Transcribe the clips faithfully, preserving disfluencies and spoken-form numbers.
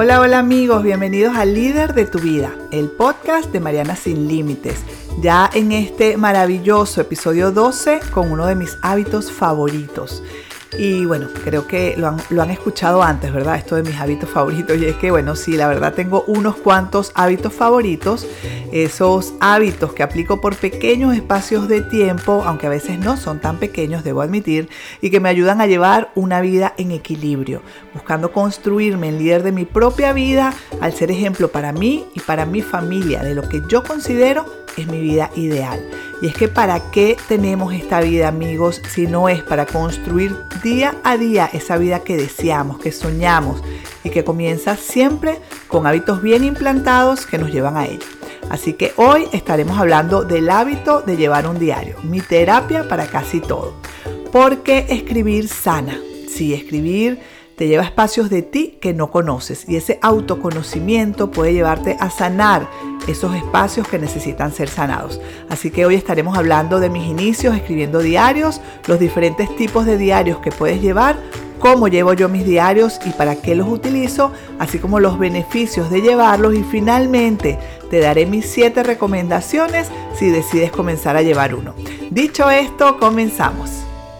Hola, hola amigos, bienvenidos a Líder de tu Vida, el podcast de Mariana Sin Límites. Ya en este maravilloso episodio doce con uno de mis hábitos favoritos. Y bueno, creo que lo han, lo han escuchado antes, ¿verdad? Esto de mis hábitos favoritos. Y es que, bueno, sí, la verdad tengo unos cuantos hábitos favoritos. Esos hábitos que aplico por pequeños espacios de tiempo, aunque a veces no son tan pequeños, debo admitir, y que me ayudan a llevar una vida en equilibrio, buscando construirme en líder de mi propia vida, al ser ejemplo para mí y para mi familia de lo que yo considero es mi vida ideal. Y es que ¿para qué tenemos esta vida, amigos, si no es para construir día a día esa vida que deseamos, que soñamos y que comienza siempre con hábitos bien implantados que nos llevan a ello? Así que hoy estaremos hablando del hábito de llevar un diario, mi terapia para casi todo. Porque escribir sana. Sí, escribir te lleva a espacios de ti que no conoces y ese autoconocimiento puede llevarte a sanar esos espacios que necesitan ser sanados. Así que hoy estaremos hablando de mis inicios escribiendo diarios, los diferentes tipos de diarios que puedes llevar, cómo llevo yo mis diarios y para qué los utilizo, así como los beneficios de llevarlos y finalmente te daré mis siete recomendaciones si decides comenzar a llevar uno. Dicho esto, comenzamos.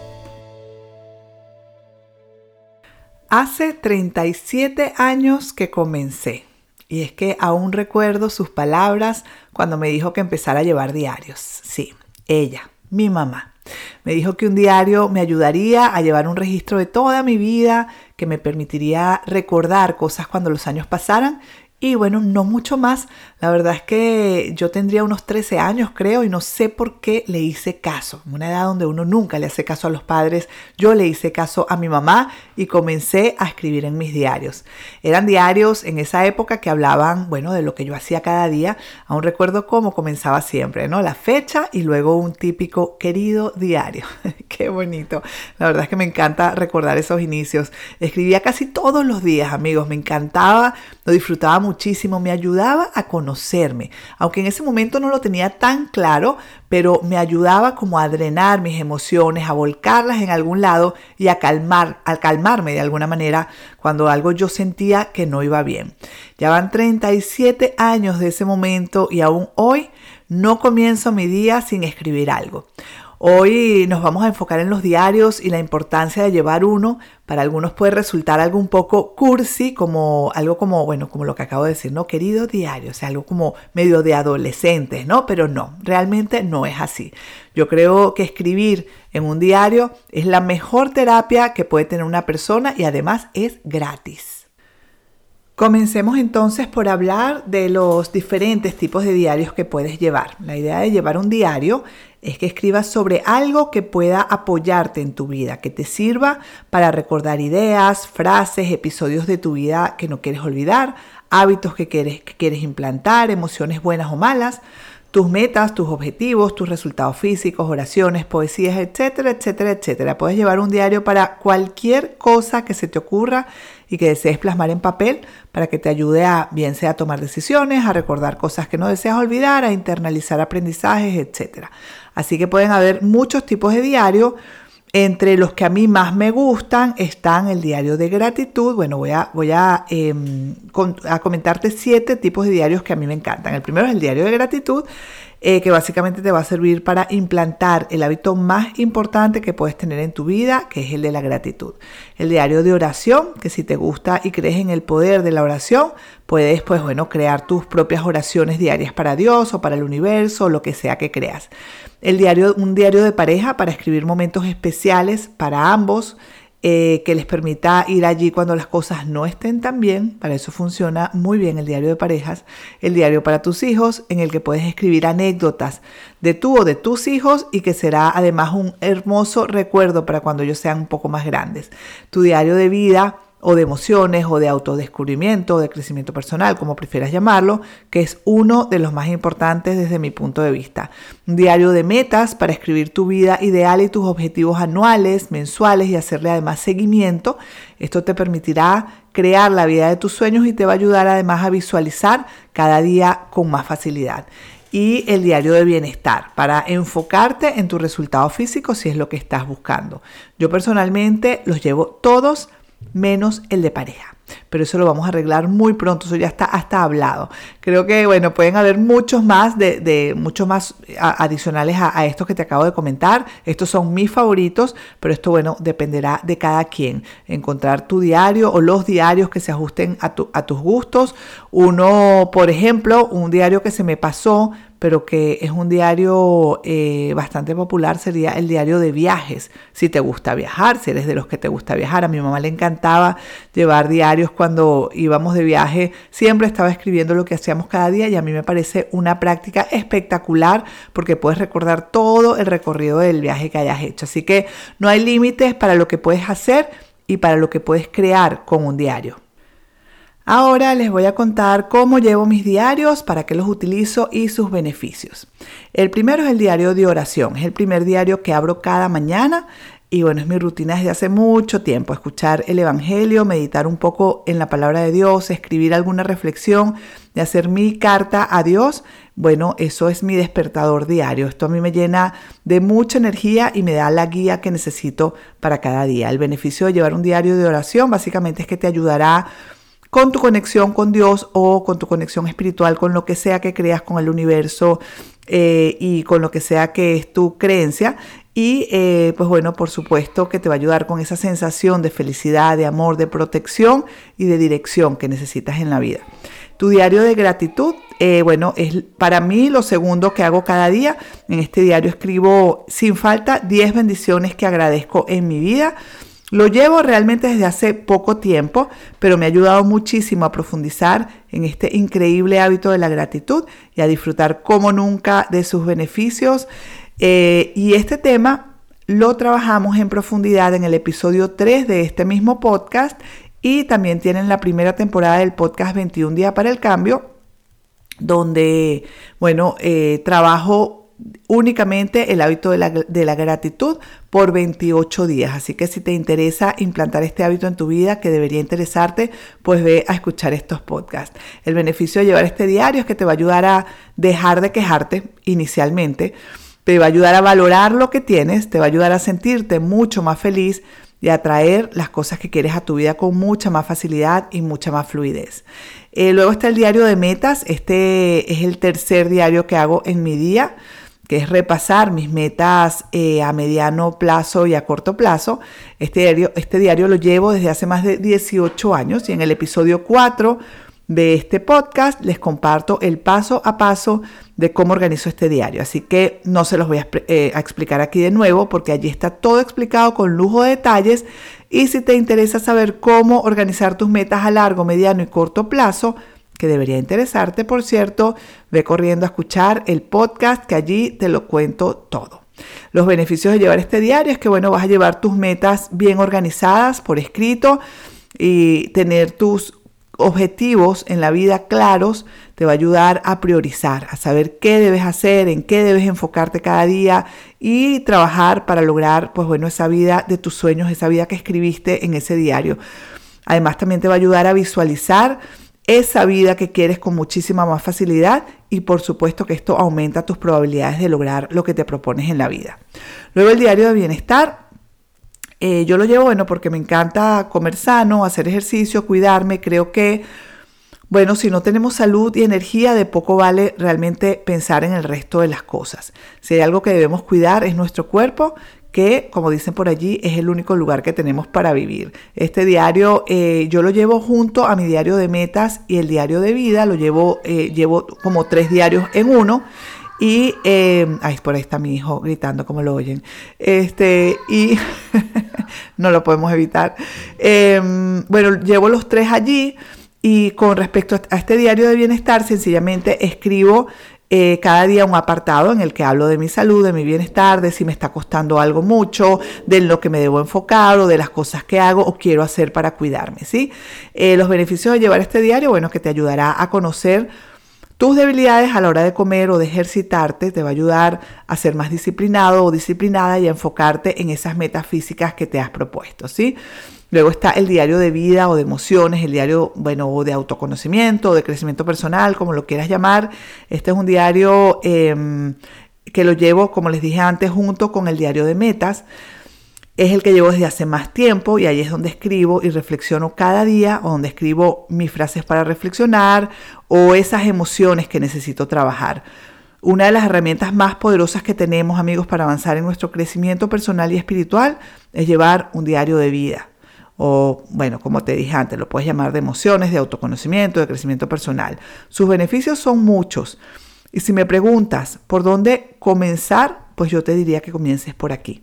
Hace treinta y siete años que comencé y es que aún recuerdo sus palabras cuando me dijo que empezara a llevar diarios. Sí, ella, mi mamá. Me dijo que un diario me ayudaría a llevar un registro de toda mi vida, que me permitiría recordar cosas cuando los años pasaran. Y bueno, no mucho más. La verdad es que yo tendría unos trece años, creo, y no sé por qué le hice caso. En una edad donde uno nunca le hace caso a los padres, yo le hice caso a mi mamá y comencé a escribir en mis diarios. Eran diarios en esa época que hablaban, bueno, de lo que yo hacía cada día. Aún recuerdo cómo comenzaba siempre, ¿no? La fecha y luego un típico querido diario. Qué bonito. La verdad es que me encanta recordar esos inicios. Escribía casi todos los días, amigos. Me encantaba, lo disfrutaba muchísimo, me ayudaba a conocerme, aunque en ese momento no lo tenía tan claro, pero me ayudaba como a drenar mis emociones, a volcarlas en algún lado y a calmar, a calmarme de alguna manera cuando algo yo sentía que no iba bien. Ya van treinta y siete años de ese momento y aún hoy no comienzo mi día sin escribir algo. Hoy nos vamos a enfocar en los diarios y la importancia de llevar uno. Para algunos puede resultar algo un poco cursi, como algo como, bueno, como lo que acabo de decir, ¿no? Querido diario, o sea, algo como medio de adolescentes, ¿no? Pero no, realmente no es así. Yo creo que escribir en un diario es la mejor terapia que puede tener una persona y además es gratis. Comencemos entonces por hablar de los diferentes tipos de diarios que puedes llevar. La idea de llevar un diario es que escribas sobre algo que pueda apoyarte en tu vida, que te sirva para recordar ideas, frases, episodios de tu vida que no quieres olvidar, hábitos que quieres, que quieres implantar, emociones buenas o malas, tus metas, tus objetivos, tus resultados físicos, oraciones, poesías, etcétera, etcétera, etcétera. Puedes llevar un diario para cualquier cosa que se te ocurra y que desees plasmar en papel para que te ayude a, bien sea a tomar decisiones, a recordar cosas que no deseas olvidar, a internalizar aprendizajes, etcétera. Así que pueden haber muchos tipos de diario. Entre los que a mí más me gustan están el diario de gratitud. Bueno, voy a, voy a, eh, con, a comentarte siete tipos de diarios que a mí me encantan. El primero es el diario de gratitud, eh, que básicamente te va a servir para implantar el hábito más importante que puedes tener en tu vida, que es el de la gratitud. El diario de oración, que si te gusta y crees en el poder de la oración, puedes, pues bueno, crear tus propias oraciones diarias para Dios o para el universo, o lo que sea que creas. El diario, un diario de pareja para escribir momentos especiales para ambos, eh, que les permita ir allí cuando las cosas no estén tan bien. Para eso funciona muy bien el diario de parejas. El diario para tus hijos, en el que puedes escribir anécdotas de tú o de tus hijos y que será además un hermoso recuerdo para cuando ellos sean un poco más grandes. Tu diario de vida o de emociones o de autodescubrimiento o de crecimiento personal, como prefieras llamarlo, que es uno de los más importantes desde mi punto de vista. Un diario de metas para escribir tu vida ideal y tus objetivos anuales, mensuales y hacerle además seguimiento. Esto te permitirá crear la vida de tus sueños y te va a ayudar además a visualizar cada día con más facilidad. Y el diario de bienestar para enfocarte en tu resultado físico si es lo que estás buscando. Yo personalmente los llevo todos menos el de pareja. pero eso lo vamos a arreglar muy pronto, eso ya está hasta hablado. Creo que, bueno, pueden haber muchos más, de, de muchos más a, adicionales a, a estos que te acabo de comentar. Estos son mis favoritos, pero esto, bueno, dependerá de cada quien. Encontrar tu diario o los diarios que se ajusten a, tu, a tus gustos. Uno, por ejemplo, un diario que se me pasó, pero que es un diario eh, bastante popular, sería el diario de viajes. Si te gusta viajar, si eres de los que te gusta viajar. A mi mamá le encantaba llevar diarios cuando íbamos de viaje. Siempre estaba escribiendo lo que hacíamos cada día y a mí me parece una práctica espectacular porque puedes recordar todo el recorrido del viaje que hayas hecho. Así que no hay límites para lo que puedes hacer y para lo que puedes crear con un diario. Ahora les voy a contar cómo llevo mis diarios, para qué los utilizo y sus beneficios. El primero es el diario de oración. Es el primer diario que abro cada mañana y bueno, es mi rutina desde hace mucho tiempo. Escuchar el evangelio, meditar un poco en la palabra de Dios, escribir alguna reflexión de hacer mi carta a Dios. Bueno, eso es mi despertador diario. Esto a mí me llena de mucha energía y me da la guía que necesito para cada día. El beneficio de llevar un diario de oración básicamente es que te ayudará con tu conexión con Dios o con tu conexión espiritual, con lo que sea que creas, con el universo eh, y con lo que sea que es tu creencia. Y eh, pues bueno, por supuesto que te va a ayudar con esa sensación de felicidad, de amor, de protección y de dirección que necesitas en la vida. Tu diario de gratitud, eh, bueno, es para mí lo segundo que hago cada día. En este diario escribo sin falta diez bendiciones que agradezco en mi vida. Lo llevo realmente desde hace poco tiempo, pero me ha ayudado muchísimo a profundizar en este increíble hábito de la gratitud y a disfrutar como nunca de sus beneficios. Eh, y este tema lo trabajamos en profundidad en el episodio tres de este mismo podcast y también tienen la primera temporada del podcast veintiún días para el cambio, donde, bueno, eh, trabajo únicamente el hábito de la, de la gratitud por veintiocho días. Así que si te interesa implantar este hábito en tu vida, que debería interesarte, pues ve a escuchar estos podcasts. El beneficio de llevar este diario es que te va a ayudar a dejar de quejarte inicialmente, te va a ayudar a valorar lo que tienes, te va a ayudar a sentirte mucho más feliz y a atraer las cosas que quieres a tu vida con mucha más facilidad y mucha más fluidez. Eh, luego está el diario de metas. Este es el tercer diario que hago en mi día, que es repasar mis metas eh, a mediano plazo y a corto plazo. Este diario, este diario lo llevo desde hace más de dieciocho años y en el episodio cuatro de este podcast les comparto el paso a paso de cómo organizo este diario. Así que no se los voy a, eh, a explicar aquí de nuevo porque allí está todo explicado con lujo de detalles. Y si te interesa saber cómo organizar tus metas a largo, mediano y corto plazo, que debería interesarte, por cierto, ve corriendo a escuchar el podcast que allí te lo cuento todo. Los beneficios de llevar este diario es que, bueno, vas a llevar tus metas bien organizadas por escrito y tener tus objetivos en la vida claros te va a ayudar a priorizar, a saber qué debes hacer, en qué debes enfocarte cada día y trabajar para lograr, pues bueno, esa vida de tus sueños, esa vida que escribiste en ese diario. Además, también te va a ayudar a visualizar esa vida que quieres con muchísima más facilidad y por supuesto que esto aumenta tus probabilidades de lograr lo que te propones en la vida. Luego el diario de bienestar, eh, yo lo llevo bueno porque me encanta comer sano, hacer ejercicio, cuidarme. Creo que, bueno, si no tenemos salud y energía, de poco vale realmente pensar en el resto de las cosas. Si hay algo que debemos cuidar es nuestro cuerpo, que, como dicen por allí, es el único lugar que tenemos para vivir. Este diario eh, yo lo llevo junto a mi diario de metas y el diario de vida. Lo llevo, eh, llevo como tres diarios en uno. Y, eh, ay, por ahí está mi hijo gritando, como lo oyen. Este, y no lo podemos evitar. Eh, bueno, llevo los tres allí. Y con respecto a este diario de bienestar, sencillamente escribo Eh, cada día un apartado en el que hablo de mi salud, de mi bienestar, de si me está costando algo mucho, de lo que me debo enfocar o de las cosas que hago o quiero hacer para cuidarme, ¿sí? Eh, los beneficios de llevar este diario, bueno, que te ayudará a conocer tus debilidades a la hora de comer o de ejercitarte, te va a ayudar a ser más disciplinado o disciplinada y a enfocarte en esas metas físicas que te has propuesto, ¿sí? Luego está el diario de vida o de emociones, el diario, bueno, o de autoconocimiento, o de crecimiento personal, como lo quieras llamar. Este es un diario eh, que lo llevo, como les dije antes, junto con el diario de metas. es el que llevo desde hace más tiempo y ahí es donde escribo y reflexiono cada día, o donde escribo mis frases para reflexionar o esas emociones que necesito trabajar. Una de las herramientas más poderosas que tenemos, amigos, para avanzar en nuestro crecimiento personal y espiritual es llevar un diario de vida. O, bueno, como te dije antes, lo puedes llamar de emociones, de autoconocimiento, de crecimiento personal. Sus beneficios son muchos. Y si me preguntas por dónde comenzar, pues yo te diría que comiences por aquí.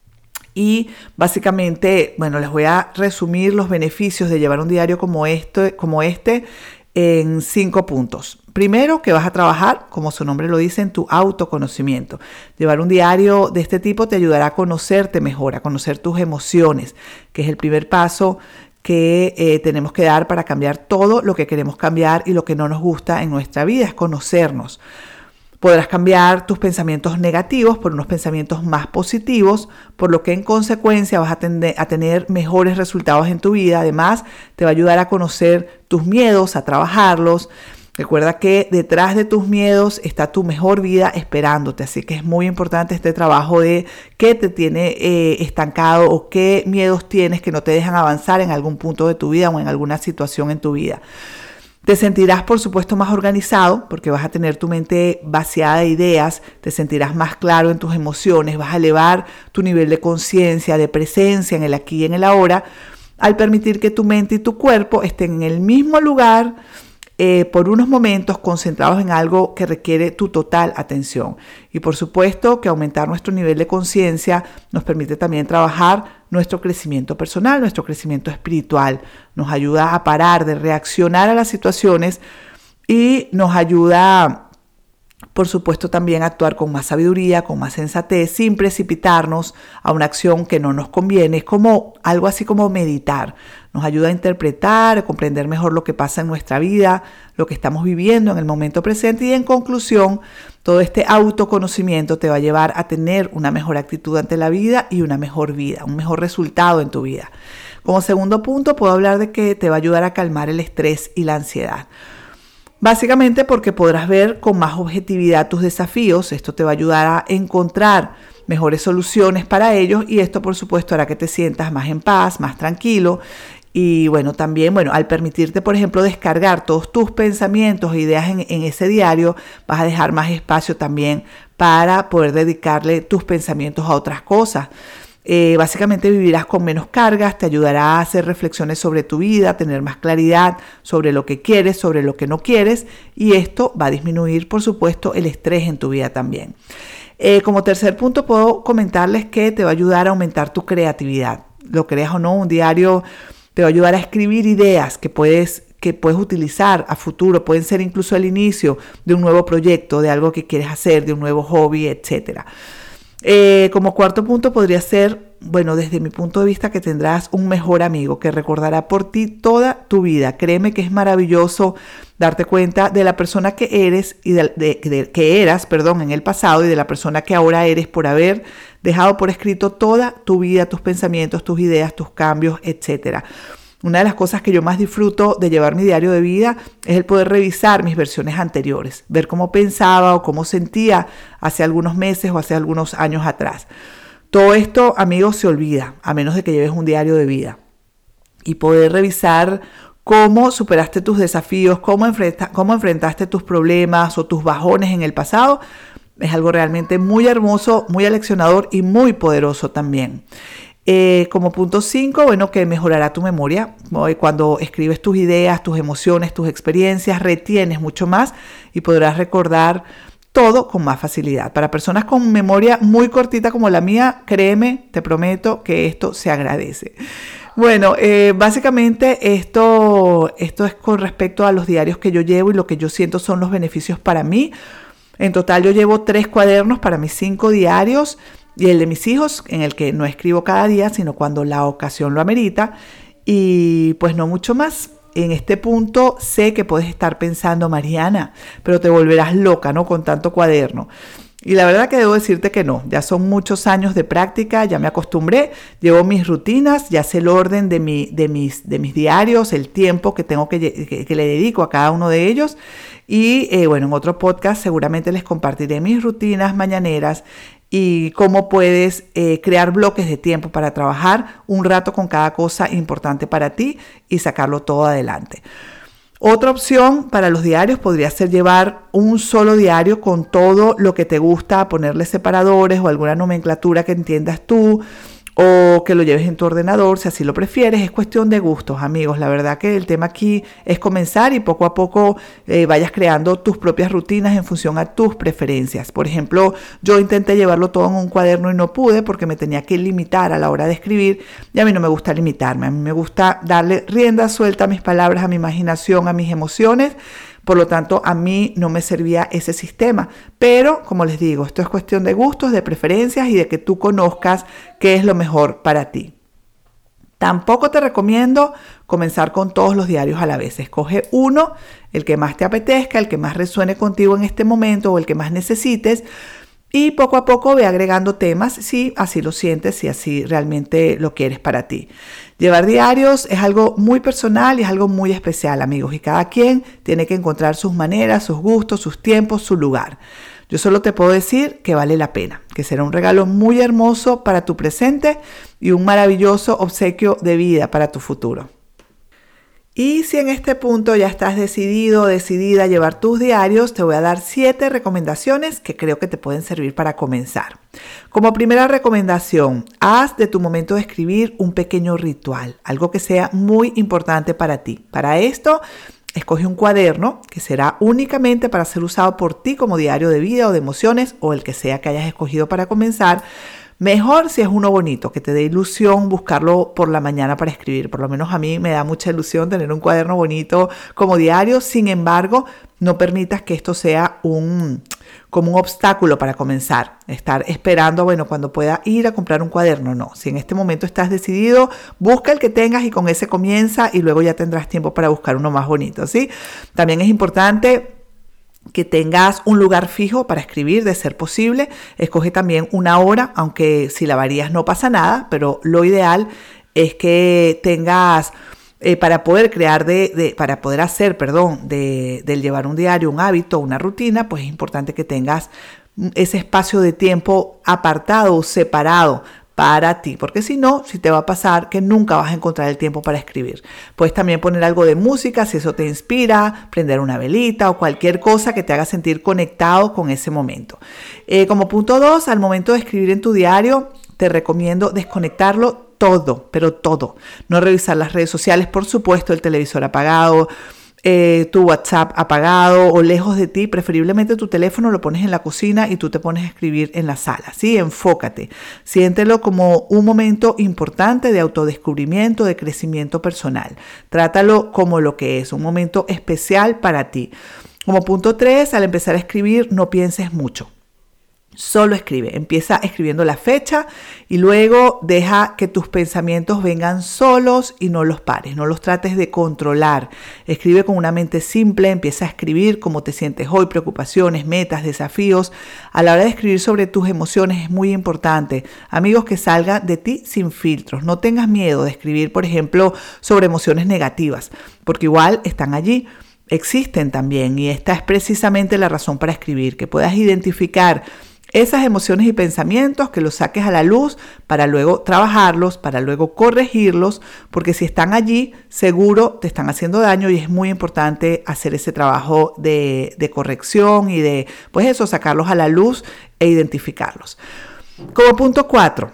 Y básicamente, bueno, les voy a resumir los beneficios de llevar un diario como este, como este en cinco puntos. Primero, que vas a trabajar, como su nombre lo dice, en tu autoconocimiento. Llevar un diario de este tipo te ayudará a conocerte mejor, a conocer tus emociones, que es el primer paso que eh, tenemos que dar para cambiar todo lo que queremos cambiar y lo que no nos gusta en nuestra vida, es conocernos. Podrás cambiar tus pensamientos negativos por unos pensamientos más positivos, por lo que en consecuencia vas a, tender, a tener mejores resultados en tu vida. Además, te va a ayudar a conocer tus miedos, a trabajarlos. Recuerda que detrás de tus miedos está tu mejor vida esperándote, así que es muy importante este trabajo de qué te tiene eh, estancado o qué miedos tienes que no te dejan avanzar en algún punto de tu vida o en alguna situación en tu vida. Te sentirás, por supuesto, más organizado porque vas a tener tu mente vaciada de ideas, te sentirás más claro en tus emociones, vas a elevar tu nivel de conciencia, de presencia en el aquí y en el ahora, al permitir que tu mente y tu cuerpo estén en el mismo lugar eh, por unos momentos concentrados en algo que requiere tu total atención. Y por supuesto que aumentar nuestro nivel de conciencia nos permite también trabajar nuestro crecimiento personal, nuestro crecimiento espiritual. Nos ayuda a parar de reaccionar a las situaciones y nos ayuda, por supuesto, también a actuar con más sabiduría, con más sensatez, sin precipitarnos a una acción que no nos conviene. Es como algo así como meditar. Nos ayuda a interpretar, a comprender mejor lo que pasa en nuestra vida, lo que estamos viviendo en el momento presente y en conclusión, todo este autoconocimiento te va a llevar a tener una mejor actitud ante la vida y una mejor vida, un mejor resultado en tu vida. Como segundo punto, puedo hablar de que te va a ayudar a calmar el estrés y la ansiedad. Básicamente porque podrás ver con más objetividad tus desafíos, esto te va a ayudar a encontrar mejores soluciones para ellos y esto por supuesto hará que te sientas más en paz, más tranquilo. Y bueno, también, bueno, al permitirte, por ejemplo, descargar todos tus pensamientos e ideas en, en ese diario, vas a dejar más espacio también para poder dedicarle tus pensamientos a otras cosas. Eh, básicamente vivirás con menos cargas, te ayudará a hacer reflexiones sobre tu vida, a tener más claridad sobre lo que quieres, sobre lo que no quieres, y esto va a disminuir, por supuesto, el estrés en tu vida también. Eh, como tercer punto, puedo comentarles que te va a ayudar a aumentar tu creatividad. Lo creas o no, un diario te va a ayudar a escribir ideas que puedes, que puedes utilizar a futuro. Pueden ser incluso el inicio de un nuevo proyecto, de algo que quieres hacer, de un nuevo hobby, etcétera. Eh, como cuarto punto podría ser, bueno, desde mi punto de vista, que tendrás un mejor amigo que recordará por ti toda tu vida. Créeme que es maravilloso darte cuenta de la persona que eres y de, de, de que eras, perdón, en el pasado y de la persona que ahora eres por haber dejado por escrito toda tu vida, tus pensamientos, tus ideas, tus cambios, etcétera. Una de las cosas que yo más disfruto de llevar mi diario de vida es el poder revisar mis versiones anteriores, ver cómo pensaba o cómo sentía hace algunos meses o hace algunos años atrás. Todo esto, amigos, se olvida, a menos de que lleves un diario de vida. Y poder revisar cómo superaste tus desafíos, cómo, enfrenta, cómo enfrentaste tus problemas o tus bajones en el pasado, es algo realmente muy hermoso, muy aleccionador y muy poderoso también. Eh, como punto cinco, bueno, que mejorará tu memoria. Cuando escribes tus ideas, tus emociones, tus experiencias, retienes mucho más y podrás recordar todo con más facilidad. Para personas con memoria muy cortita como la mía, créeme, te prometo que esto se agradece. Bueno, eh, básicamente esto, esto es con respecto a los diarios que yo llevo y lo que yo siento son los beneficios para mí. En total yo llevo tres cuadernos para mis cinco diarios y el de mis hijos, en el que no escribo cada día, sino cuando la ocasión lo amerita. Y pues no mucho más. En este punto sé que puedes estar pensando, Mariana, pero te volverás loca, ¿no? Con tanto cuaderno. Y la verdad que debo decirte que no, ya son muchos años de práctica, ya me acostumbré, llevo mis rutinas, ya sé el orden de, mi, de, mis, de mis diarios, el tiempo que tengo que, que, que le dedico a cada uno de ellos. Y eh, bueno, en otro podcast seguramente les compartiré mis rutinas mañaneras y cómo puedes eh, crear bloques de tiempo para trabajar un rato con cada cosa importante para ti y sacarlo todo adelante. Otra opción para los diarios podría ser llevar un solo diario con todo lo que te gusta, ponerle separadores o alguna nomenclatura que entiendas tú, o que lo lleves en tu ordenador, si así lo prefieres. Es cuestión de gustos, amigos. La verdad que el tema aquí es comenzar y poco a poco eh, vayas creando tus propias rutinas en función a tus preferencias. Por ejemplo, yo intenté llevarlo todo en un cuaderno y no pude porque me tenía que limitar a la hora de escribir, y a mí no me gusta limitarme. A mí me gusta darle rienda suelta a mis palabras, a mi imaginación, a mis emociones. Por lo tanto, a mí no me servía ese sistema. Pero, como les digo, esto es cuestión de gustos, de preferencias y de que tú conozcas qué es lo mejor para ti. Tampoco te recomiendo comenzar con todos los diarios a la vez. Escoge uno, el que más te apetezca, el que más resuene contigo en este momento o el que más necesites. Y poco a poco ve agregando temas si así lo sientes, si así realmente lo quieres para ti. Llevar diarios es algo muy personal y es algo muy especial, amigos, y cada quien tiene que encontrar sus maneras, sus gustos, sus tiempos, su lugar. Yo solo te puedo decir que vale la pena, que será un regalo muy hermoso para tu presente y un maravilloso obsequio de vida para tu futuro. Y si en este punto ya estás decidido o decidida a llevar tus diarios, te voy a dar siete recomendaciones que creo que te pueden servir para comenzar. Como primera recomendación, haz de tu momento de escribir un pequeño ritual, algo que sea muy importante para ti. Para esto, escoge un cuaderno que será únicamente para ser usado por ti como diario de vida o de emociones o el que sea que hayas escogido para comenzar. Mejor si es uno bonito, que te dé ilusión buscarlo por la mañana para escribir. Por lo menos a mí me da mucha ilusión tener un cuaderno bonito como diario. Sin embargo, no permitas que esto sea un, como un obstáculo para comenzar. Estar esperando, bueno, cuando pueda ir a comprar un cuaderno. No, si en este momento estás decidido, busca el que tengas y con ese comienza y luego ya tendrás tiempo para buscar uno más bonito, ¿sí? También es importante que tengas un lugar fijo para escribir, de ser posible. Escoge también una hora, aunque si la varías no pasa nada, pero lo ideal es que tengas, eh, para poder crear, de, de, para poder hacer, perdón, de, del llevar un diario, un hábito, una rutina, pues es importante que tengas ese espacio de tiempo apartado, separado, para ti, porque si no, si te va a pasar que nunca vas a encontrar el tiempo para escribir. Puedes también poner algo de música si eso te inspira, prender una velita o cualquier cosa que te haga sentir conectado con ese momento. Eh, como punto dos, al momento de escribir en tu diario, te recomiendo desconectarlo todo, pero todo. No revisar las redes sociales, por supuesto, el televisor apagado, Eh, tu WhatsApp apagado o lejos de ti. Preferiblemente tu teléfono lo pones en la cocina y tú te pones a escribir en la sala, ¿sí? Enfócate, siéntelo como un momento importante de autodescubrimiento, de crecimiento personal. Trátalo como lo que es, un momento especial para ti. Como punto tres, al empezar a escribir, no pienses mucho. Solo escribe, empieza escribiendo la fecha y luego deja que tus pensamientos vengan solos y no los pares, no los trates de controlar. Escribe con una mente simple, empieza a escribir cómo te sientes hoy, preocupaciones, metas, desafíos. A la hora de escribir sobre tus emociones es muy importante, amigos, que salga de ti sin filtros. No tengas miedo de escribir, por ejemplo, sobre emociones negativas, porque igual están allí. Existen también y esta es precisamente la razón para escribir, que puedas identificar esas emociones y pensamientos, que los saques a la luz para luego trabajarlos, para luego corregirlos, porque si están allí, seguro te están haciendo daño y es muy importante hacer ese trabajo de, de corrección y de, pues eso, sacarlos a la luz e identificarlos. Como punto cuatro,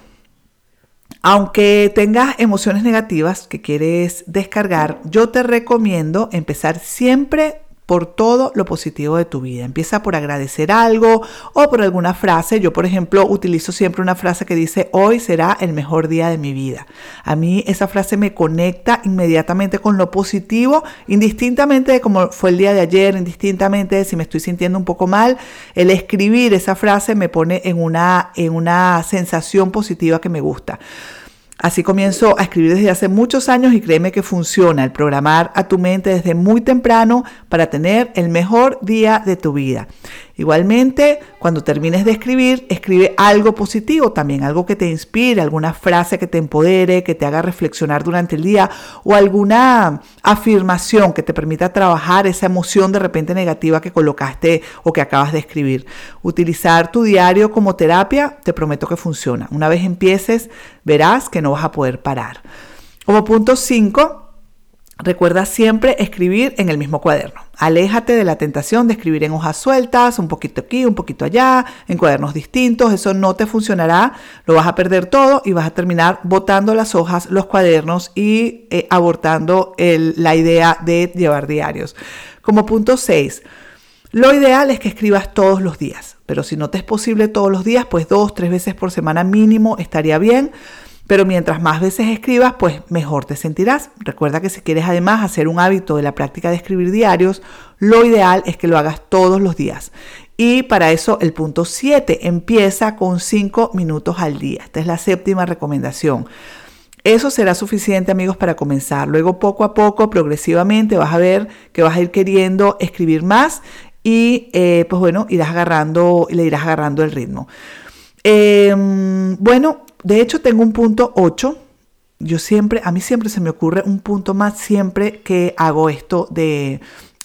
aunque tengas emociones negativas que quieres descargar, yo te recomiendo empezar siempre por todo lo positivo de tu vida. Empieza por agradecer algo o por alguna frase. Yo, por ejemplo, utilizo siempre una frase que dice: hoy será el mejor día de mi vida. A mí esa frase me conecta inmediatamente con lo positivo, indistintamente de cómo fue el día de ayer, indistintamente de si me estoy sintiendo un poco mal. El escribir esa frase me pone en una, en una sensación positiva que me gusta. Así comienzo a escribir desde hace muchos años y créeme que funciona el programar a tu mente desde muy temprano para tener el mejor día de tu vida. Igualmente, cuando termines de escribir, escribe algo positivo también, algo que te inspire, alguna frase que te empodere, que te haga reflexionar durante el día o alguna afirmación que te permita trabajar esa emoción de repente negativa que colocaste o que acabas de escribir. Utilizar tu diario como terapia, te prometo que funciona. Una vez empieces, verás que no vas a poder parar. Como punto cinco, recuerda siempre escribir en el mismo cuaderno. Aléjate de la tentación de escribir en hojas sueltas, un poquito aquí, un poquito allá, en cuadernos distintos. Eso no te funcionará, lo vas a perder todo y vas a terminar botando las hojas, los cuadernos y eh, abortando el, la idea de llevar diarios. Como punto seis, lo ideal es que escribas todos los días, pero si no te es posible todos los días, pues dos, tres veces por semana mínimo estaría bien. Pero mientras más veces escribas, pues mejor te sentirás. Recuerda que si quieres además hacer un hábito de la práctica de escribir diarios, lo ideal es que lo hagas todos los días. Y para eso el punto siete, empieza con cinco minutos al día. Esta es la séptima recomendación. Eso será suficiente, amigos, para comenzar. Luego, poco a poco, progresivamente, vas a ver que vas a ir queriendo escribir más y, eh, pues bueno, irás agarrando, le irás agarrando el ritmo. Eh, bueno, de hecho tengo un punto ocho. Yo siempre, a mí siempre se me ocurre un punto más siempre que hago esto de,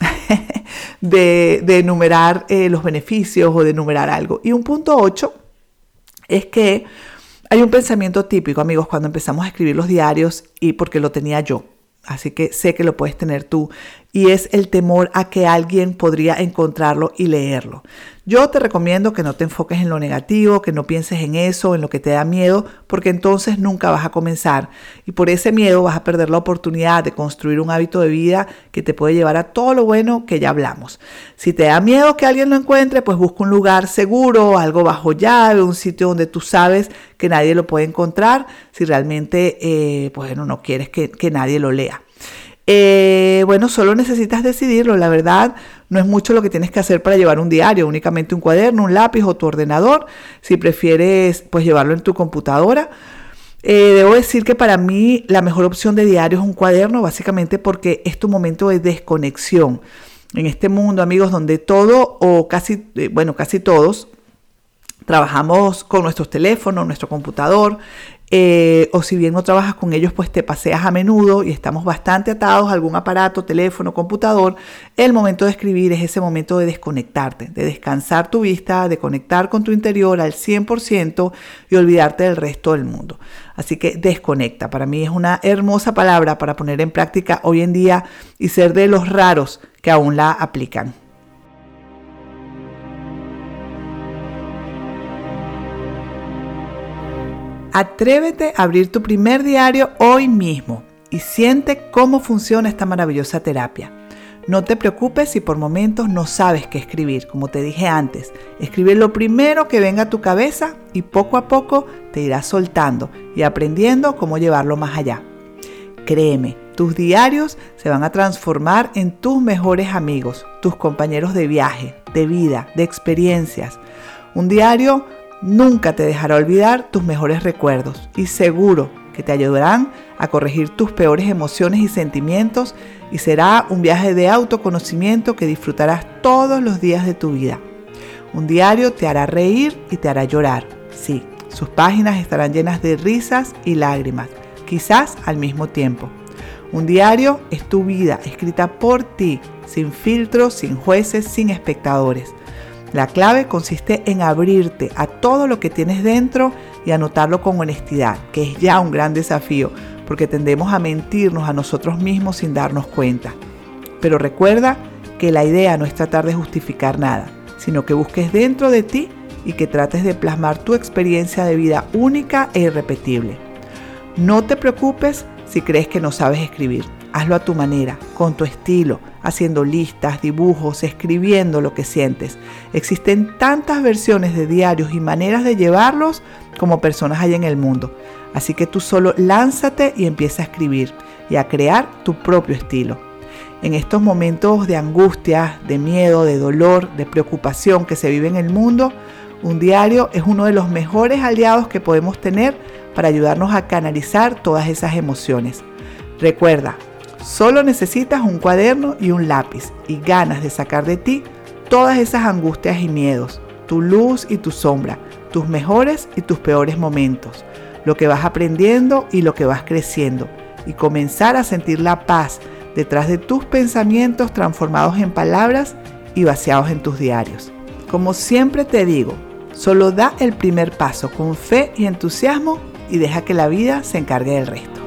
de, de enumerar eh, los beneficios o de enumerar algo. Y un punto ocho es que hay un pensamiento típico, amigos, cuando empezamos a escribir los diarios y porque lo tenía yo. Así que sé que lo puedes tener tú. Y es el temor a que alguien podría encontrarlo y leerlo. Yo te recomiendo que no te enfoques en lo negativo, que no pienses en eso, en lo que te da miedo, porque entonces nunca vas a comenzar. Y por ese miedo vas a perder la oportunidad de construir un hábito de vida que te puede llevar a todo lo bueno que ya hablamos. Si te da miedo que alguien lo encuentre, pues busca un lugar seguro, algo bajo llave, un sitio donde tú sabes que nadie lo puede encontrar, si realmente eh, pues, bueno, no quieres que, que nadie lo lea. Eh, bueno, solo necesitas decidirlo, la verdad no es mucho lo que tienes que hacer para llevar un diario, únicamente un cuaderno, un lápiz o tu ordenador, si prefieres pues llevarlo en tu computadora. Eh, debo decir que para mí la mejor opción de diario es un cuaderno, básicamente porque es tu momento de desconexión. En este mundo, amigos, donde todo o casi, eh, bueno, casi todos trabajamos con nuestros teléfonos, nuestro computador, eh, o si bien no trabajas con ellos, pues te paseas a menudo y estamos bastante atados a algún aparato, teléfono, computador. El momento de escribir es ese momento de desconectarte, de descansar tu vista, de conectar con tu interior al cien por ciento y olvidarte del resto del mundo. Así que desconecta. Para mí es una hermosa palabra para poner en práctica hoy en día y ser de los raros que aún la aplican. Atrévete a abrir tu primer diario hoy mismo y siente cómo funciona esta maravillosa terapia. No te preocupes si por momentos no sabes qué escribir, como te dije antes. Escribe lo primero que venga a tu cabeza y poco a poco te irás soltando y aprendiendo cómo llevarlo más allá. Créeme, tus diarios se van a transformar en tus mejores amigos, tus compañeros de viaje, de vida, de experiencias. Un diario nunca te dejará olvidar tus mejores recuerdos y seguro que te ayudarán a corregir tus peores emociones y sentimientos y será un viaje de autoconocimiento que disfrutarás todos los días de tu vida. Un diario te hará reír y te hará llorar. Sí, sus páginas estarán llenas de risas y lágrimas, quizás al mismo tiempo. Un diario es tu vida escrita por ti, sin filtros, sin jueces, sin espectadores. La clave consiste en abrirte a todo lo que tienes dentro y anotarlo con honestidad, que es ya un gran desafío, porque tendemos a mentirnos a nosotros mismos sin darnos cuenta. Pero recuerda que la idea no es tratar de justificar nada, sino que busques dentro de ti y que trates de plasmar tu experiencia de vida única e irrepetible. No te preocupes si crees que no sabes escribir. Hazlo a tu manera, con tu estilo, haciendo listas, dibujos, escribiendo lo que sientes. Existen tantas versiones de diarios y maneras de llevarlos como personas hay en el mundo. Así que tú solo lánzate y empieza a escribir y a crear tu propio estilo. En estos momentos de angustia, de miedo, de dolor, de preocupación que se vive en el mundo, un diario es uno de los mejores aliados que podemos tener para ayudarnos a canalizar todas esas emociones. Recuerda, solo necesitas un cuaderno y un lápiz y ganas de sacar de ti todas esas angustias y miedos, tu luz y tu sombra, tus mejores y tus peores momentos, lo que vas aprendiendo y lo que vas creciendo, y comenzar a sentir la paz detrás de tus pensamientos transformados en palabras y vaciados en tus diarios. Como siempre te digo, solo da el primer paso con fe y entusiasmo y deja que la vida se encargue del resto.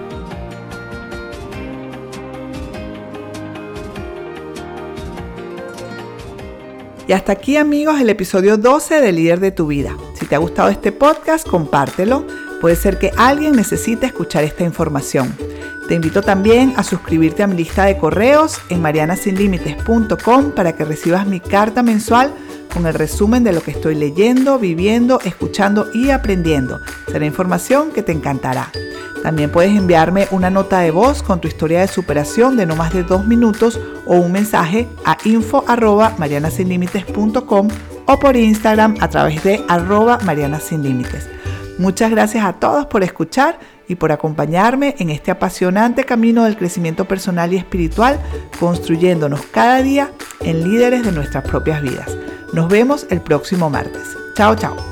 Y hasta aquí, amigos, el episodio doce de Líder de tu Vida. Si te ha gustado este podcast, compártelo. Puede ser que alguien necesite escuchar esta información. Te invito también a suscribirte a mi lista de correos en mariana sin límites punto com para que recibas mi carta mensual con el resumen de lo que estoy leyendo, viviendo, escuchando y aprendiendo. Será información que te encantará. También puedes enviarme una nota de voz con tu historia de superación de no más de dos minutos o un mensaje a info arroba mariana sin límites punto com o por Instagram a través de arroba mariana sin límites. Muchas gracias a todos por escuchar y por acompañarme en este apasionante camino del crecimiento personal y espiritual, construyéndonos cada día en líderes de nuestras propias vidas. Nos vemos el próximo martes. Chao, chao.